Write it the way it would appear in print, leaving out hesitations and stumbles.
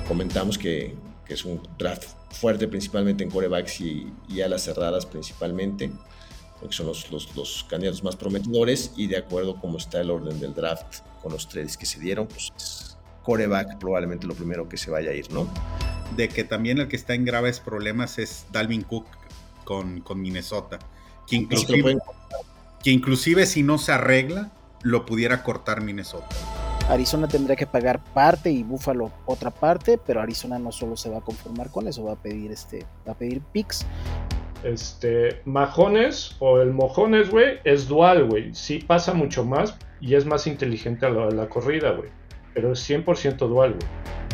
comentamos que es un draft fuerte principalmente en quarterbacks y alas cerradas principalmente, porque son los candidatos más prometedores, y de acuerdo como está el orden del draft con los trades que se dieron, pues es quarterback probablemente lo primero que se vaya a ir, ¿no? De que también el que está en graves problemas es Dalvin Cook con Minnesota, que inclusive si no se arregla, lo pudiera cortar Minnesota. Arizona tendría que pagar parte y Buffalo otra parte, pero Arizona no solo se va a conformar con eso, va a pedir picks. Mahones o el Mojones, güey, es dual, güey. Sí pasa mucho más y es más inteligente a la corrida, güey. Pero es 100% dual, güey.